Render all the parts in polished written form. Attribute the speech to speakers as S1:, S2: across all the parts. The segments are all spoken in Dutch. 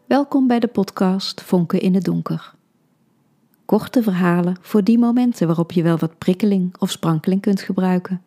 S1: Welkom bij de podcast Vonken in het Donker. Korte verhalen voor die momenten waarop je wel wat prikkeling of sprankeling kunt gebruiken.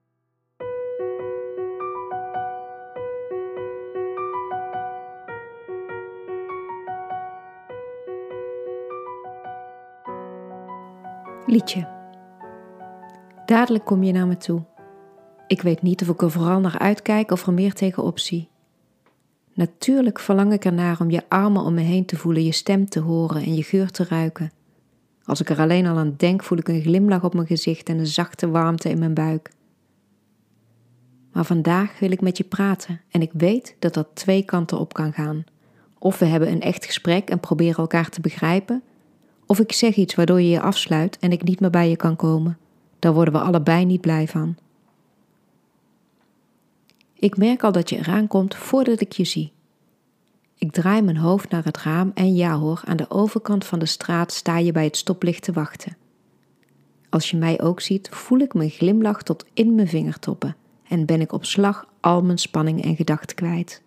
S1: Liedje. Dadelijk kom je naar me toe. Ik weet niet of ik er vooral naar uitkijk of er meer tegenop zie. Natuurlijk verlang ik ernaar om je armen om me heen te voelen, je stem te horen en je geur te ruiken. Als ik er alleen al aan denk, voel ik een glimlach op mijn gezicht en een zachte warmte in mijn buik. Maar vandaag wil ik met je praten en ik weet dat dat twee kanten op kan gaan. Of we hebben een echt gesprek en proberen elkaar te begrijpen, of ik zeg iets waardoor je je afsluit en ik niet meer bij je kan komen. Daar worden we allebei niet blij van. Ik merk al dat je eraan komt voordat ik je zie. Ik draai mijn hoofd naar het raam en ja hoor, aan de overkant van de straat sta je bij het stoplicht te wachten. Als je mij ook ziet, voel ik mijn glimlach tot in mijn vingertoppen en ben ik op slag al mijn spanning en gedachten kwijt.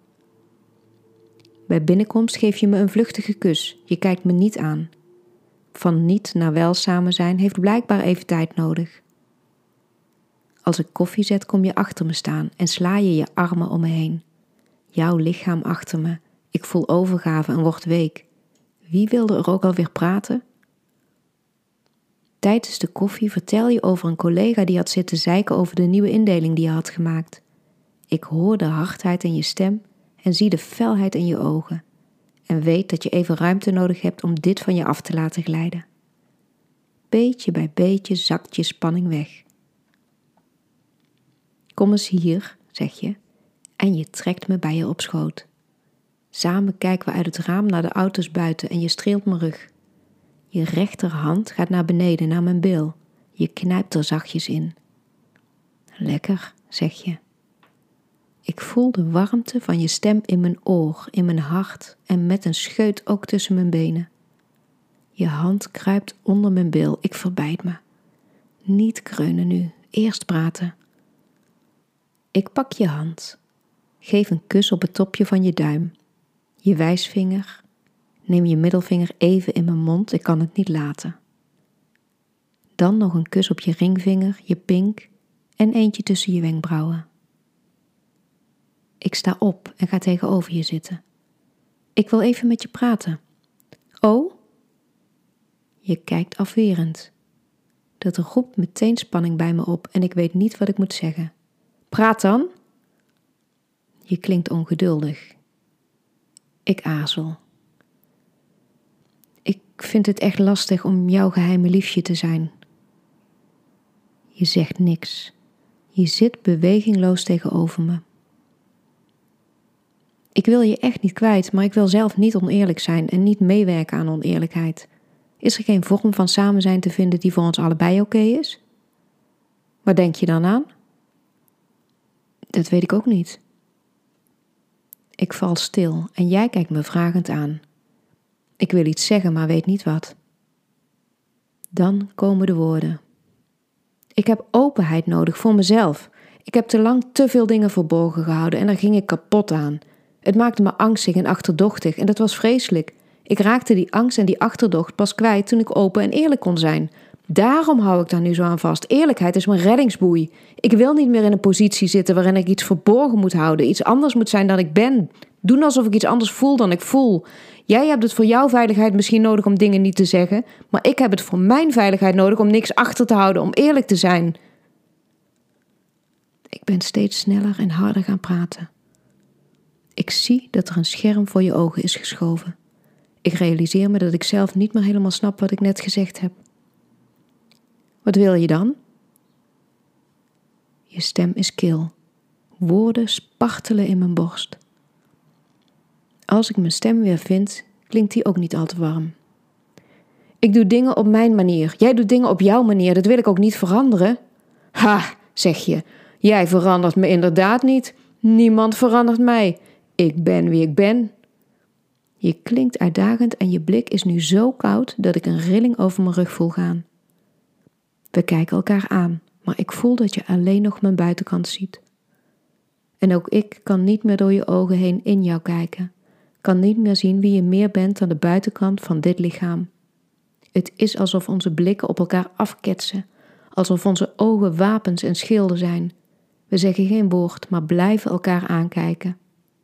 S1: Bij binnenkomst geef je me een vluchtige kus, je kijkt me niet aan. Van niet naar wel samen zijn heeft blijkbaar even tijd nodig. Als ik koffie zet, kom je achter me staan en sla je je armen om me heen. Jouw lichaam achter me. Ik voel overgave en word week. Wie wilde er ook alweer praten? Tijdens de koffie vertel je over een collega die had zitten zeiken over de nieuwe indeling die je had gemaakt. Ik hoor de hardheid in je stem en zie de felheid in je ogen. En weet dat je even ruimte nodig hebt om dit van je af te laten glijden. Beetje bij beetje zakt je spanning weg. Kom eens hier, zeg je, en je trekt me bij je op schoot. Samen kijken we uit het raam naar de auto's buiten en je streelt mijn rug. Je rechterhand gaat naar beneden, naar mijn bil. Je knijpt er zachtjes in. Lekker, zeg je. Ik voel de warmte van je stem in mijn oor, in mijn hart en met een scheut ook tussen mijn benen. Je hand kruipt onder mijn bil, ik verbijt me. Niet kreunen nu, eerst praten. Ik pak je hand. Geef een kus op het topje van je duim. Je wijsvinger. Neem je middelvinger even in mijn mond, ik kan het niet laten. Dan nog een kus op je ringvinger, je pink en eentje tussen je wenkbrauwen. Ik sta op en ga tegenover je zitten. Ik wil even met je praten. Oh? Je kijkt afwerend. Dat roept meteen spanning bij me op en ik weet niet wat ik moet zeggen. Praat dan. Je klinkt ongeduldig. Ik aarzel. Ik vind het echt lastig om jouw geheime liefje te zijn. Je zegt niks. Je zit bewegingloos tegenover me. Ik wil je echt niet kwijt, maar ik wil zelf niet oneerlijk zijn en niet meewerken aan oneerlijkheid. Is er geen vorm van samen zijn te vinden die voor ons allebei oké is? Waar denk je dan aan? Dat weet ik ook niet. Ik val stil en jij kijkt me vragend aan. Ik wil iets zeggen, maar weet niet wat. Dan komen de woorden. Ik heb openheid nodig voor mezelf. Ik heb te lang te veel dingen verborgen gehouden en daar ging ik kapot aan. Het maakte me angstig en achterdochtig en dat was vreselijk. Ik raakte die angst en die achterdocht pas kwijt toen ik open en eerlijk kon zijn. Daarom hou ik daar nu zo aan vast. Eerlijkheid is mijn reddingsboei. Ik wil niet meer in een positie zitten waarin ik iets verborgen moet houden. Iets anders moet zijn dan ik ben. Doen alsof ik iets anders voel dan ik voel. Jij hebt het voor jouw veiligheid misschien nodig om dingen niet te zeggen. Maar ik heb het voor mijn veiligheid nodig om niks achter te houden. Om eerlijk te zijn. Ik ben steeds sneller en harder gaan praten. Ik zie dat er een scherm voor je ogen is geschoven. Ik realiseer me dat ik zelf niet meer helemaal snap wat ik net gezegd heb. Wat wil je dan? Je stem is kil. Woorden spartelen in mijn borst. Als ik mijn stem weer vind, klinkt die ook niet al te warm. Ik doe dingen op mijn manier. Jij doet dingen op jouw manier. Dat wil ik ook niet veranderen. Ha, zeg je. Jij verandert me inderdaad niet. Niemand verandert mij. Ik ben wie ik ben. Je klinkt uitdagend en je blik is nu zo koud dat ik een rilling over mijn rug voel gaan. We kijken elkaar aan, maar ik voel dat je alleen nog mijn buitenkant ziet. En ook ik kan niet meer door je ogen heen in jou kijken. kan niet meer zien wie je meer bent dan de buitenkant van dit lichaam. Het is alsof onze blikken op elkaar afketsen, alsof onze ogen wapens en schilden zijn. We zeggen geen woord, maar blijven elkaar aankijken.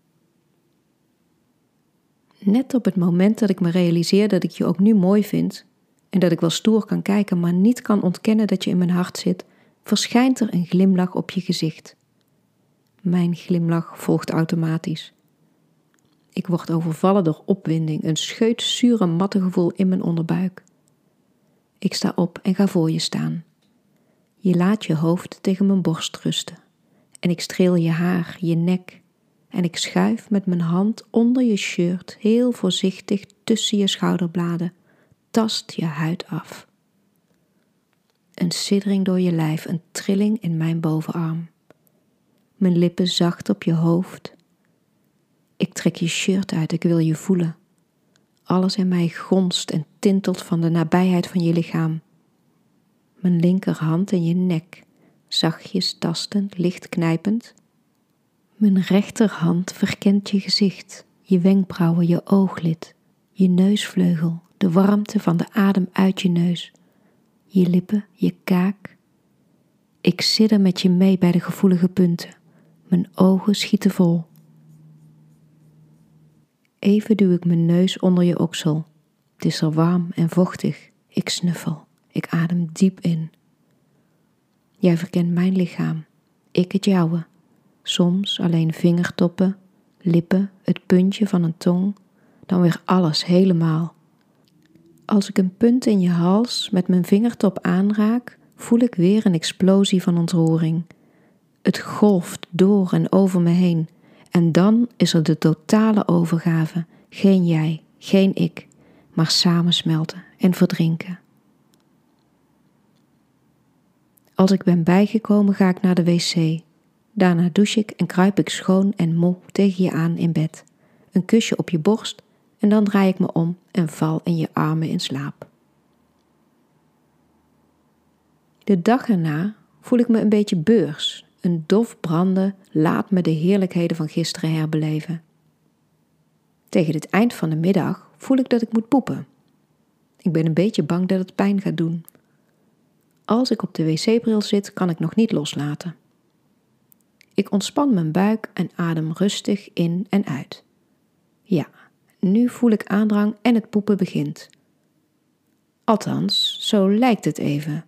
S1: Net op het moment dat ik me realiseer dat ik je ook nu mooi vind en dat ik wel stoer kan kijken, maar niet kan ontkennen dat je in mijn hart zit, verschijnt er een glimlach op je gezicht. Mijn glimlach volgt automatisch. Ik word overvallen door opwinding, een scheutzure mattengevoel in mijn onderbuik. Ik sta op en ga voor je staan. Je laat je hoofd tegen mijn borst rusten en ik streel je haar, je nek en ik schuif met mijn hand onder je shirt heel voorzichtig tussen je schouderbladen, tast je huid af. Een siddering door je lijf, een trilling in mijn bovenarm. Mijn lippen zacht op je hoofd. Ik trek je shirt uit, ik wil je voelen. Alles in mij gonst en tintelt van de nabijheid van je lichaam. Mijn linkerhand in je nek, zachtjes tastend, licht knijpend. Mijn rechterhand verkent je gezicht, je wenkbrauwen, je ooglid, je neusvleugel, de warmte van de adem uit je neus, je lippen, je kaak. Ik sidder met je mee bij de gevoelige punten. Mijn ogen schieten vol. Even duw ik mijn neus onder je oksel. Het is er warm en vochtig. Ik snuffel. Ik adem diep in. Jij verkent mijn lichaam. Ik het jouwe. Soms alleen vingertoppen, lippen, het puntje van een tong. Dan weer alles helemaal. Als ik een punt in je hals met mijn vingertop aanraak, voel ik weer een explosie van ontroering. Het golft door en over me heen. En dan is er de totale overgave. Geen jij, geen ik, maar samensmelten en verdrinken. Als ik ben bijgekomen ga ik naar de wc. Daarna douche ik en kruip ik schoon en moe tegen je aan in bed. Een kusje op je borst en dan draai ik me om en val in je armen in slaap. De dag erna voel ik me een beetje beurs. Een dof branden laat me de heerlijkheden van gisteren herbeleven. Tegen het eind van de middag voel ik dat ik moet poepen. Ik ben een beetje bang dat het pijn gaat doen. Als ik op de wc-bril zit, kan ik nog niet loslaten. Ik ontspan mijn buik en adem rustig in en uit. Ja, nu voel ik aandrang en het poepen begint. Althans, zo lijkt het even.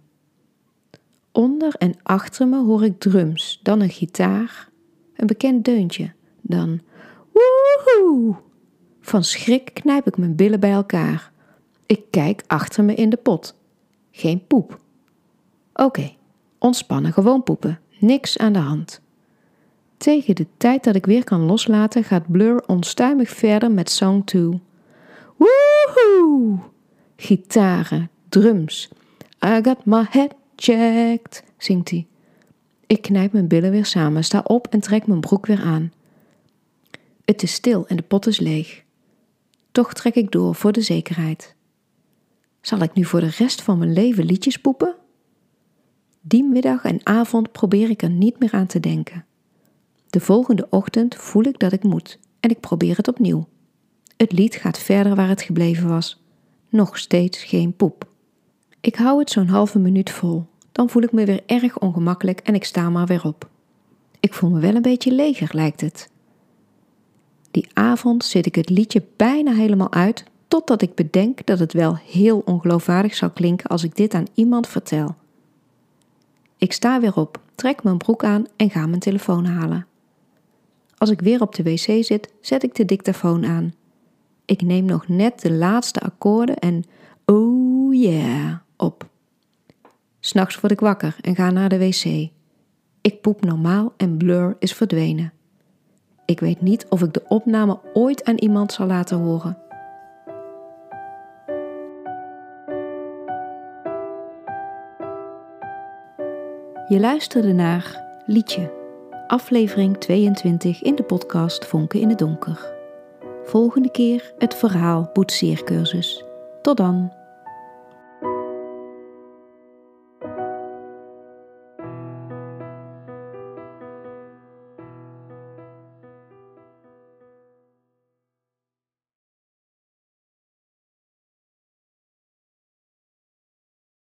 S1: Onder en achter me hoor ik drums, dan een gitaar, een bekend deuntje, dan woehoe. Van schrik knijp ik mijn billen bij elkaar. Ik kijk achter me in de pot. Geen poep. Oké, ontspannen, gewoon poepen. Niks aan de hand. Tegen de tijd dat ik weer kan loslaten gaat Blur onstuimig verder met Song 2. Woehoe! Gitaren, drums. I got my head checked, zingt hij. Ik knijp mijn billen weer samen, sta op en trek mijn broek weer aan. Het is stil en de pot is leeg. Toch trek ik door voor de zekerheid. Zal ik nu voor de rest van mijn leven liedjes poepen? Die middag en avond probeer ik er niet meer aan te denken. De volgende ochtend voel ik dat ik moet en ik probeer het opnieuw. Het lied gaat verder waar het gebleven was. Nog steeds geen poep. Ik hou het zo'n halve minuut vol. Dan voel ik me weer erg ongemakkelijk en ik sta maar weer op. Ik voel me wel een beetje leger, lijkt het. Die avond zit ik het liedje bijna helemaal uit, totdat ik bedenk dat het wel heel ongeloofwaardig zou klinken als ik dit aan iemand vertel. Ik sta weer op, trek mijn broek aan en ga mijn telefoon halen. Als ik weer op de wc zit, zet ik de dictafoon aan. Ik neem nog net de laatste akkoorden en oh yeah op. 'S Nachts word ik wakker en ga naar de wc. Ik poep normaal en Blur is verdwenen. Ik weet niet of ik de opname ooit aan iemand zal laten horen. Je luisterde naar Liedje, aflevering 22 in de podcast Vonken in het Donker. Volgende keer het verhaal boetseercursus. Tot dan!